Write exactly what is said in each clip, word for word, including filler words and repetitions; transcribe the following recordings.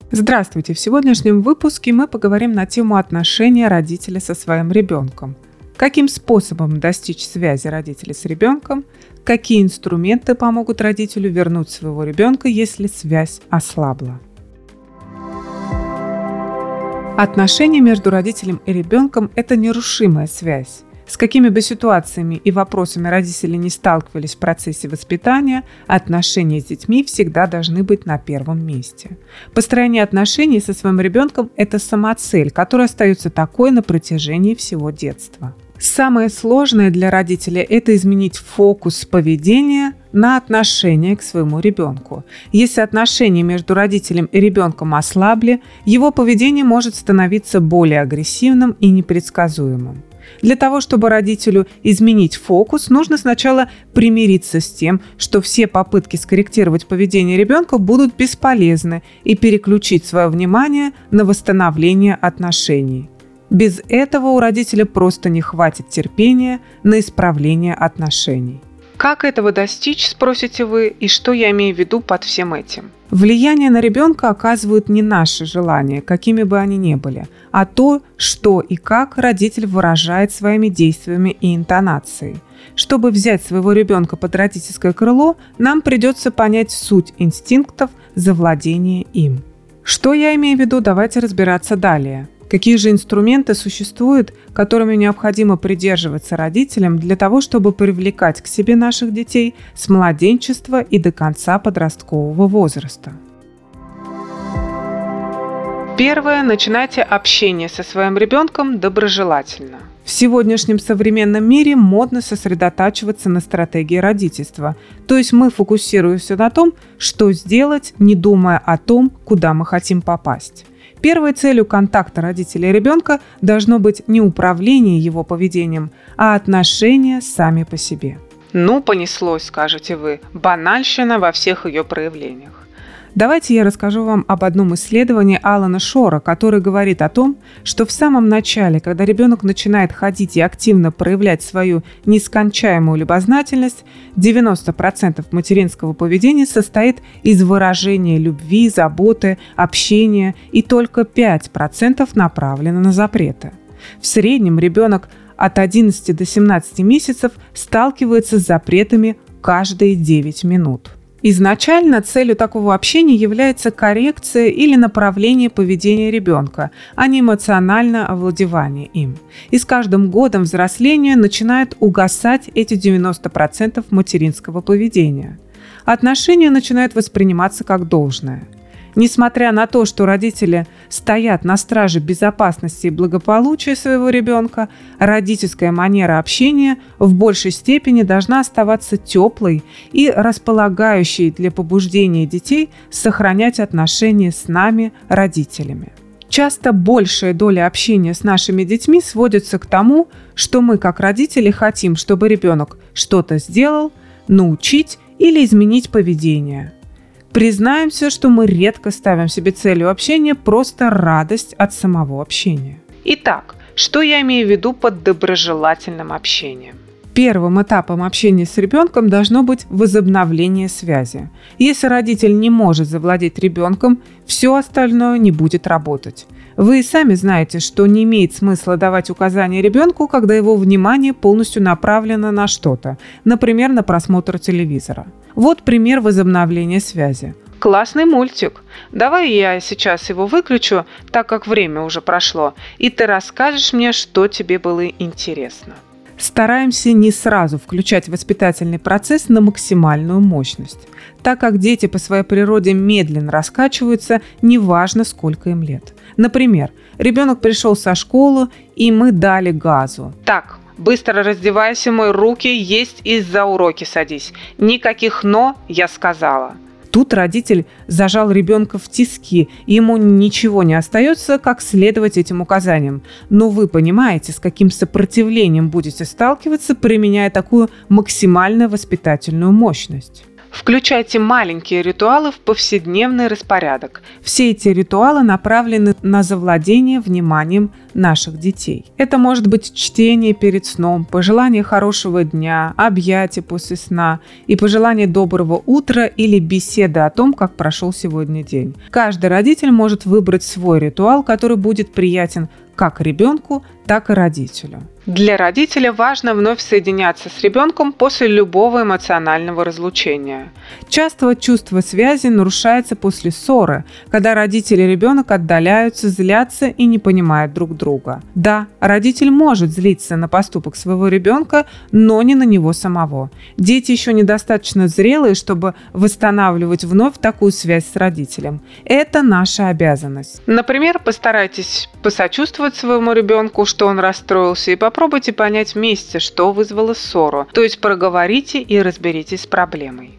Здравствуйте! В сегодняшнем выпуске мы поговорим на тему отношения родителя со своим ребенком. Каким способом достичь связи родителя с ребенком? Какие инструменты помогут родителю вернуть своего ребенка, если связь ослабла? Отношения между родителем и ребенком – это нерушимая связь. С какими бы ситуациями и вопросами родители не сталкивались в процессе воспитания, отношения с детьми всегда должны быть на первом месте. Построение отношений со своим ребенком – это самоцель, которая остается такой на протяжении всего детства. Самое сложное для родителя – это изменить фокус поведения на отношение к своему ребенку. Если отношения между родителем и ребенком ослабли, его поведение может становиться более агрессивным и непредсказуемым. Для того, чтобы родителю изменить фокус, нужно сначала примириться с тем, что все попытки скорректировать поведение ребенка будут бесполезны, и переключить свое внимание на восстановление отношений. Без этого у родителя просто не хватит терпения на исправление отношений. Как этого достичь, спросите вы, и что я имею в виду под всем этим? Влияние на ребенка оказывают не наши желания, какими бы они ни были, а то, что и как родитель выражает своими действиями и интонацией. Чтобы взять своего ребенка под родительское крыло, нам придется понять суть инстинктов завладения им. Что я имею в виду, давайте разбираться далее. Какие же инструменты существуют, которыми необходимо придерживаться родителям для того, чтобы привлекать к себе наших детей с младенчества и до конца подросткового возраста? Первое. Начинайте общение со своим ребенком доброжелательно. В сегодняшнем современном мире модно сосредотачиваться на стратегии родительства, то есть мы фокусируемся на том, что сделать, не думая о том, куда мы хотим попасть. Первой целью контакта родителя и ребенка должно быть не управление его поведением, а отношения сами по себе. Ну, понеслось, скажете вы, банальщина во всех ее проявлениях. Давайте я расскажу вам об одном исследовании Алана Шора, который говорит о том, что в самом начале, когда ребенок начинает ходить и активно проявлять свою нескончаемую любознательность, девяносто процентов материнского поведения состоит из выражения любви, заботы, общения, и только пять процентов направлено на запреты. В среднем ребенок от одиннадцати до семнадцати месяцев сталкивается с запретами каждые девять минут. Изначально целью такого общения является коррекция или направление поведения ребенка, а не эмоциональное овладевание им. И с каждым годом взросления начинают угасать эти девяносто процентов материнского поведения. Отношения начинают восприниматься как должное. Несмотря на то, что родители стоят на страже безопасности и благополучия своего ребенка, родительская манера общения в большей степени должна оставаться теплой и располагающей для побуждения детей сохранять отношения с нами, родителями. Часто большая доля общения с нашими детьми сводится к тому, что мы, как родители, хотим, чтобы ребенок что-то сделал, научить или изменить поведение. Признаемся, что мы редко ставим себе целью общения просто радость от самого общения. Итак, что я имею в виду под доброжелательным общением? Первым этапом общения с ребенком должно быть возобновление связи. Если родитель не может завладеть ребенком, все остальное не будет работать. Вы и сами знаете, что не имеет смысла давать указания ребенку, когда его внимание полностью направлено на что-то, например, на просмотр телевизора. Вот пример возобновления связи. Классный мультик. Давай я сейчас его выключу, так как время уже прошло, и ты расскажешь мне, что тебе было интересно. Стараемся не сразу включать воспитательный процесс на максимальную мощность, так как дети по своей природе медленно раскачиваются, неважно сколько им лет. Например, ребенок пришел со школы, и мы дали газу. Так, быстро раздевайся, мой руки, есть и за уроки садись. Никаких «но», я сказала. Тут родитель зажал ребенка в тиски, и ему ничего не остается, как следовать этим указаниям. Но вы понимаете, с каким сопротивлением будете сталкиваться, применяя такую максимальную воспитательную мощность. Включайте маленькие ритуалы в повседневный распорядок. Все эти ритуалы направлены на завладение вниманием наших детей. Это может быть чтение перед сном, пожелание хорошего дня, объятия после сна и пожелание доброго утра или беседа о том, как прошел сегодня день. Каждый родитель может выбрать свой ритуал, который будет приятен как ребенку, так и родителю. Для родителя важно вновь соединяться с ребенком после любого эмоционального разлучения. Часто чувство связи нарушается после ссоры, когда родители и ребенок отдаляются, злятся и не понимают друг друга. Да, родитель может злиться на поступок своего ребенка, но не на него самого. Дети еще недостаточно зрелые, чтобы восстанавливать вновь такую связь с родителем. Это наша обязанность. Например, постарайтесь посочувствовать своему ребенку, что он расстроился, и попробуйте понять вместе, что вызвало ссору, то есть проговорите и разберитесь с проблемой.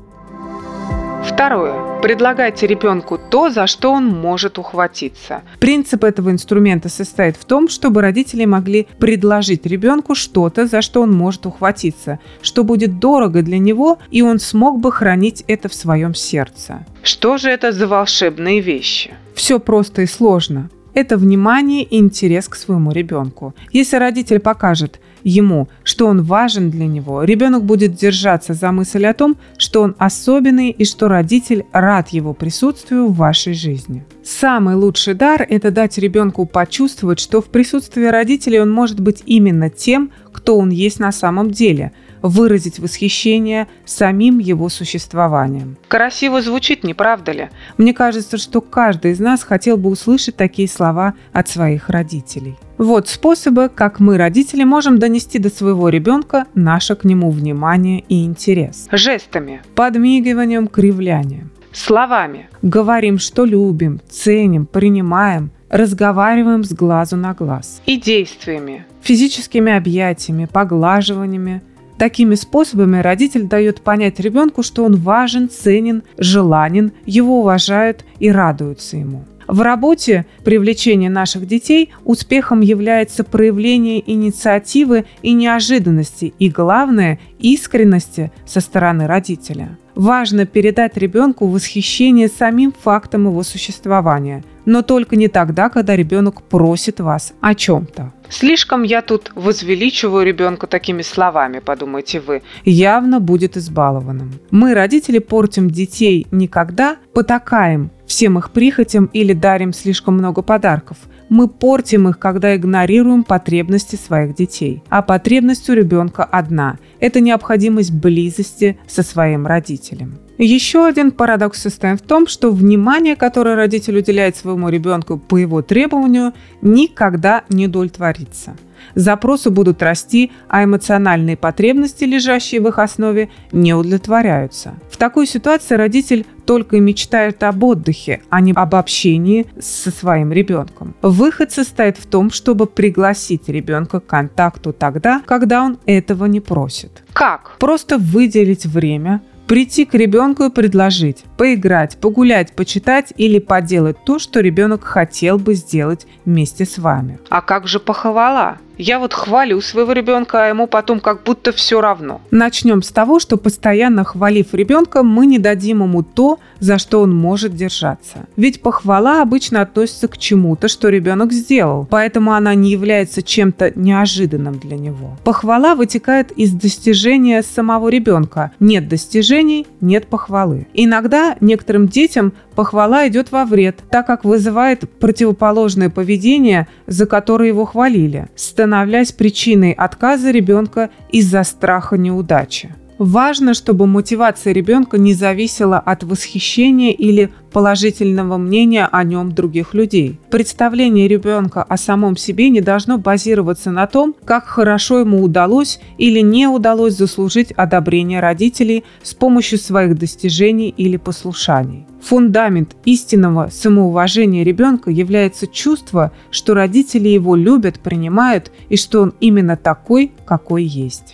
Второе. Предлагайте ребенку то, за что он может ухватиться. Принцип этого инструмента состоит в том, чтобы родители могли предложить ребенку что-то, за что он может ухватиться, что будет дорого для него, и он смог бы хранить это в своем сердце. Что же это за волшебные вещи? Все просто и сложно. Это внимание и интерес к своему ребенку. Если родитель покажет ему, что он важен для него, ребенок будет держаться за мысль о том, что он особенный и что родитель рад его присутствию в вашей жизни. Самый лучший дар – это дать ребенку почувствовать, что в присутствии родителей он может быть именно тем, кто он есть на самом деле, выразить восхищение самим его существованием. Красиво звучит, не правда ли? Мне кажется, что каждый из нас хотел бы услышать такие слова от своих родителей. Вот способы, как мы, родители, можем донести до своего ребенка наше к нему внимание и интерес. Жестами, подмигиванием, кривлянием. Словами. Говорим, что любим, ценим, принимаем, разговариваем с глазу на глаз. И действиями. Физическими объятиями, поглаживаниями. Такими способами родитель дает понять ребенку, что он важен, ценен, желанен, его уважают и радуются ему. В работе привлечения наших детей успехом является проявление инициативы и неожиданности, и, главное, искренности со стороны родителя. Важно передать ребенку восхищение самим фактом его существования, но только не тогда, когда ребенок просит вас о чем-то. Слишком я тут возвеличиваю ребенка такими словами, подумаете вы, явно будет избалованным. Мы, родители, портим детей не когда потакаем всем их прихотям или дарим слишком много подарков. Мы портим их, когда игнорируем потребности своих детей. А потребность у ребенка одна – это необходимость близости со своим родителем. Еще один парадокс состоит в том, что внимание, которое родитель уделяет своему ребенку по его требованию, никогда не удовлетворится. Запросы будут расти, а эмоциональные потребности, лежащие в их основе, не удовлетворяются. В такой ситуации родитель только и мечтает об отдыхе, а не об общении со своим ребенком. Выход состоит в том, чтобы пригласить ребенка к контакту тогда, когда он этого не просит. Как? Просто выделить время, прийти к ребенку и предложить поиграть, погулять, почитать или поделать то, что ребенок хотел бы сделать вместе с вами. А как же похвала? Я вот хвалю своего ребенка, а ему потом как будто все равно. Начнем с того, что постоянно хвалив ребенка, мы не дадим ему то, за что он может держаться. Ведь похвала обычно относится к чему-то, что ребенок сделал, поэтому она не является чем-то неожиданным для него. Похвала вытекает из достижения самого ребенка. Нет достижений – нет похвалы. Иногда некоторым детям похвала идет во вред, так как вызывает противоположное поведение, за которое его хвалили, становясь причиной отказа ребенка из-за страха неудачи. Важно, чтобы мотивация ребенка не зависела от восхищения или положительного мнения о нем других людей. Представление ребенка о самом себе не должно базироваться на том, как хорошо ему удалось или не удалось заслужить одобрение родителей с помощью своих достижений или послушаний. Фундамент истинного самоуважения ребенка является чувство, что родители его любят, принимают и что он именно такой, какой есть.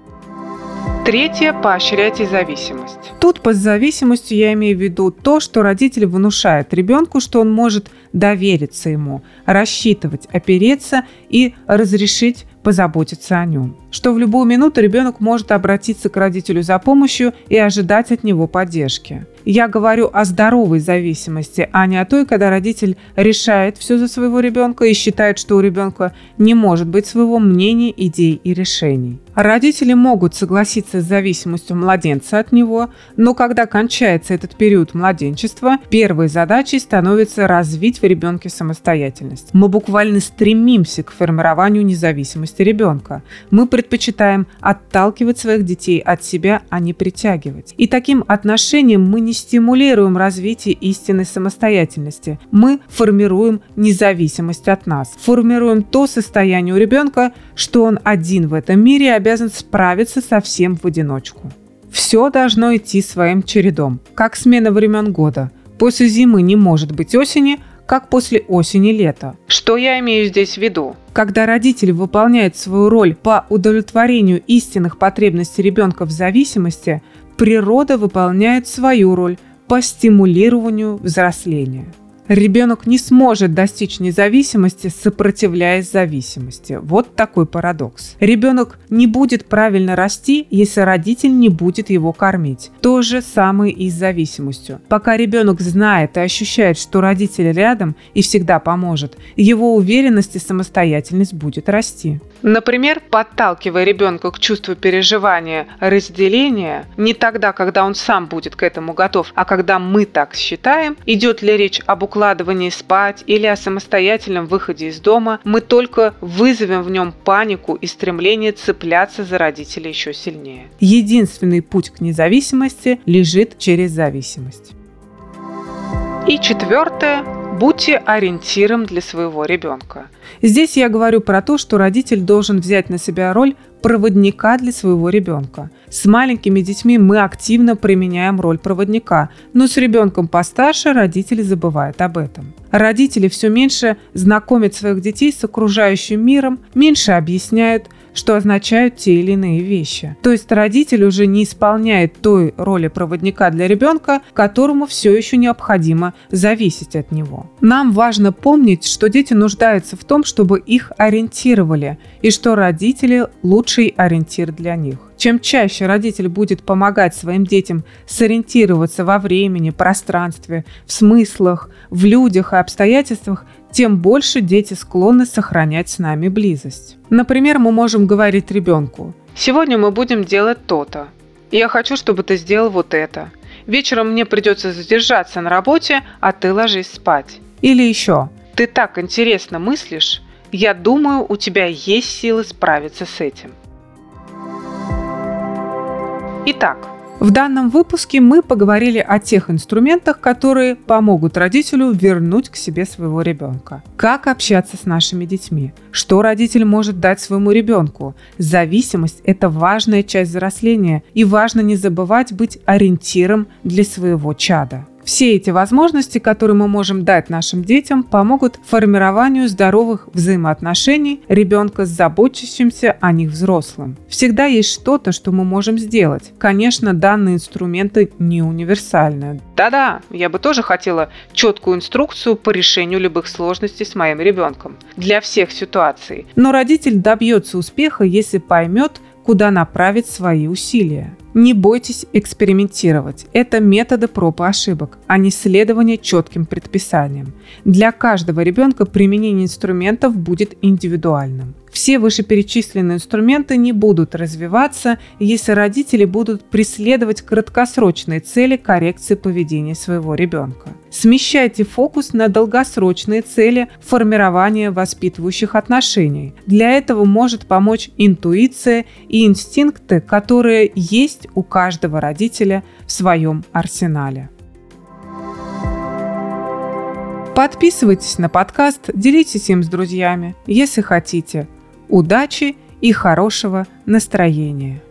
Третье – поощряйте зависимость. Тут под зависимостью я имею в виду то, что родитель внушает ребенку, что он может довериться ему, рассчитывать, опереться и разрешить позаботиться о нем. Что в любую минуту ребенок может обратиться к родителю за помощью и ожидать от него поддержки. Я говорю о здоровой зависимости, а не о той, когда родитель решает все за своего ребенка и считает, что у ребенка не может быть своего мнения, идей и решений. Родители могут согласиться с зависимостью младенца от него, но когда кончается этот период младенчества, первой задачей становится развить в ребенке самостоятельность. Мы буквально стремимся к формированию независимости ребенка. Мы предпочитаем отталкивать своих детей от себя, а не притягивать. И таким отношением мы не стимулируем развитие истинной самостоятельности. Мы формируем независимость от нас. Формируем то состояние у ребенка, что он один в этом мире и обязан справиться со всем в одиночку. Все должно идти своим чередом, как смена времен года. После зимы не может быть осени, как после осени лето. Что я имею здесь в виду? Когда родитель выполняет свою роль по удовлетворению истинных потребностей ребенка в зависимости, природа выполняет свою роль по стимулированию взросления. Ребенок не сможет достичь независимости, сопротивляясь зависимости. Вот такой парадокс. Ребенок не будет правильно расти, если родитель не будет его кормить. То же самое и с зависимостью. Пока ребенок знает и ощущает, что родитель рядом и всегда поможет, его уверенность и самостоятельность будет расти. Например, подталкивая ребенка к чувству переживания, разделения, не тогда, когда он сам будет к этому готов, а когда мы так считаем, идет ли речь об укладывании спать или о самостоятельном выходе из дома, мы только вызовем в нем панику и стремление цепляться за родителей еще сильнее. Единственный путь к независимости лежит через зависимость. И четвертое. Будьте ориентиром для своего ребенка. Здесь я говорю про то, что родитель должен взять на себя роль проводника для своего ребенка. С маленькими детьми мы активно применяем роль проводника, но с ребенком постарше родители забывают об этом. Родители все меньше знакомят своих детей с окружающим миром, меньше объясняют, что означают те или иные вещи. То есть родитель уже не исполняет той роли проводника для ребенка, которому все еще необходимо зависеть от него. Нам важно помнить, что дети нуждаются в том, чтобы их ориентировали, и что родители – лучший ориентир для них. Чем чаще родитель будет помогать своим детям сориентироваться во времени, пространстве, в смыслах, в людях и обстоятельствах, тем больше дети склонны сохранять с нами близость. Например, мы можем говорить ребенку: «Сегодня мы будем делать то-то. Я хочу, чтобы ты сделал вот это. Вечером мне придется задержаться на работе, а ты ложись спать». Или еще: «Ты так интересно мыслишь. Я думаю, у тебя есть силы справиться с этим». Итак, в данном выпуске мы поговорили о тех инструментах, которые помогут родителю вернуть к себе своего ребенка. Как общаться с нашими детьми? Что родитель может дать своему ребенку? Зависимость – это важная часть взросления, и важно не забывать быть ориентиром для своего чада. Все эти возможности, которые мы можем дать нашим детям, помогут формированию здоровых взаимоотношений ребенка с заботящимся о них взрослым. Всегда есть что-то, что мы можем сделать. Конечно, данные инструменты не универсальны. Да-да, я бы тоже хотела четкую инструкцию по решению любых сложностей с моим ребенком для всех ситуаций. Но родитель добьется успеха, если поймет, куда направить свои усилия. Не бойтесь экспериментировать. Это методы проб и ошибок, а не следование четким предписаниям. Для каждого ребенка применение инструментов будет индивидуальным. Все вышеперечисленные инструменты не будут развиваться, если родители будут преследовать краткосрочные цели коррекции поведения своего ребенка. Смещайте фокус на долгосрочные цели формирования воспитывающих отношений. Для этого может помочь интуиция и инстинкты, которые есть у каждого родителя в своем арсенале. Подписывайтесь на подкаст, делитесь им с друзьями, если хотите. Удачи и хорошего настроения!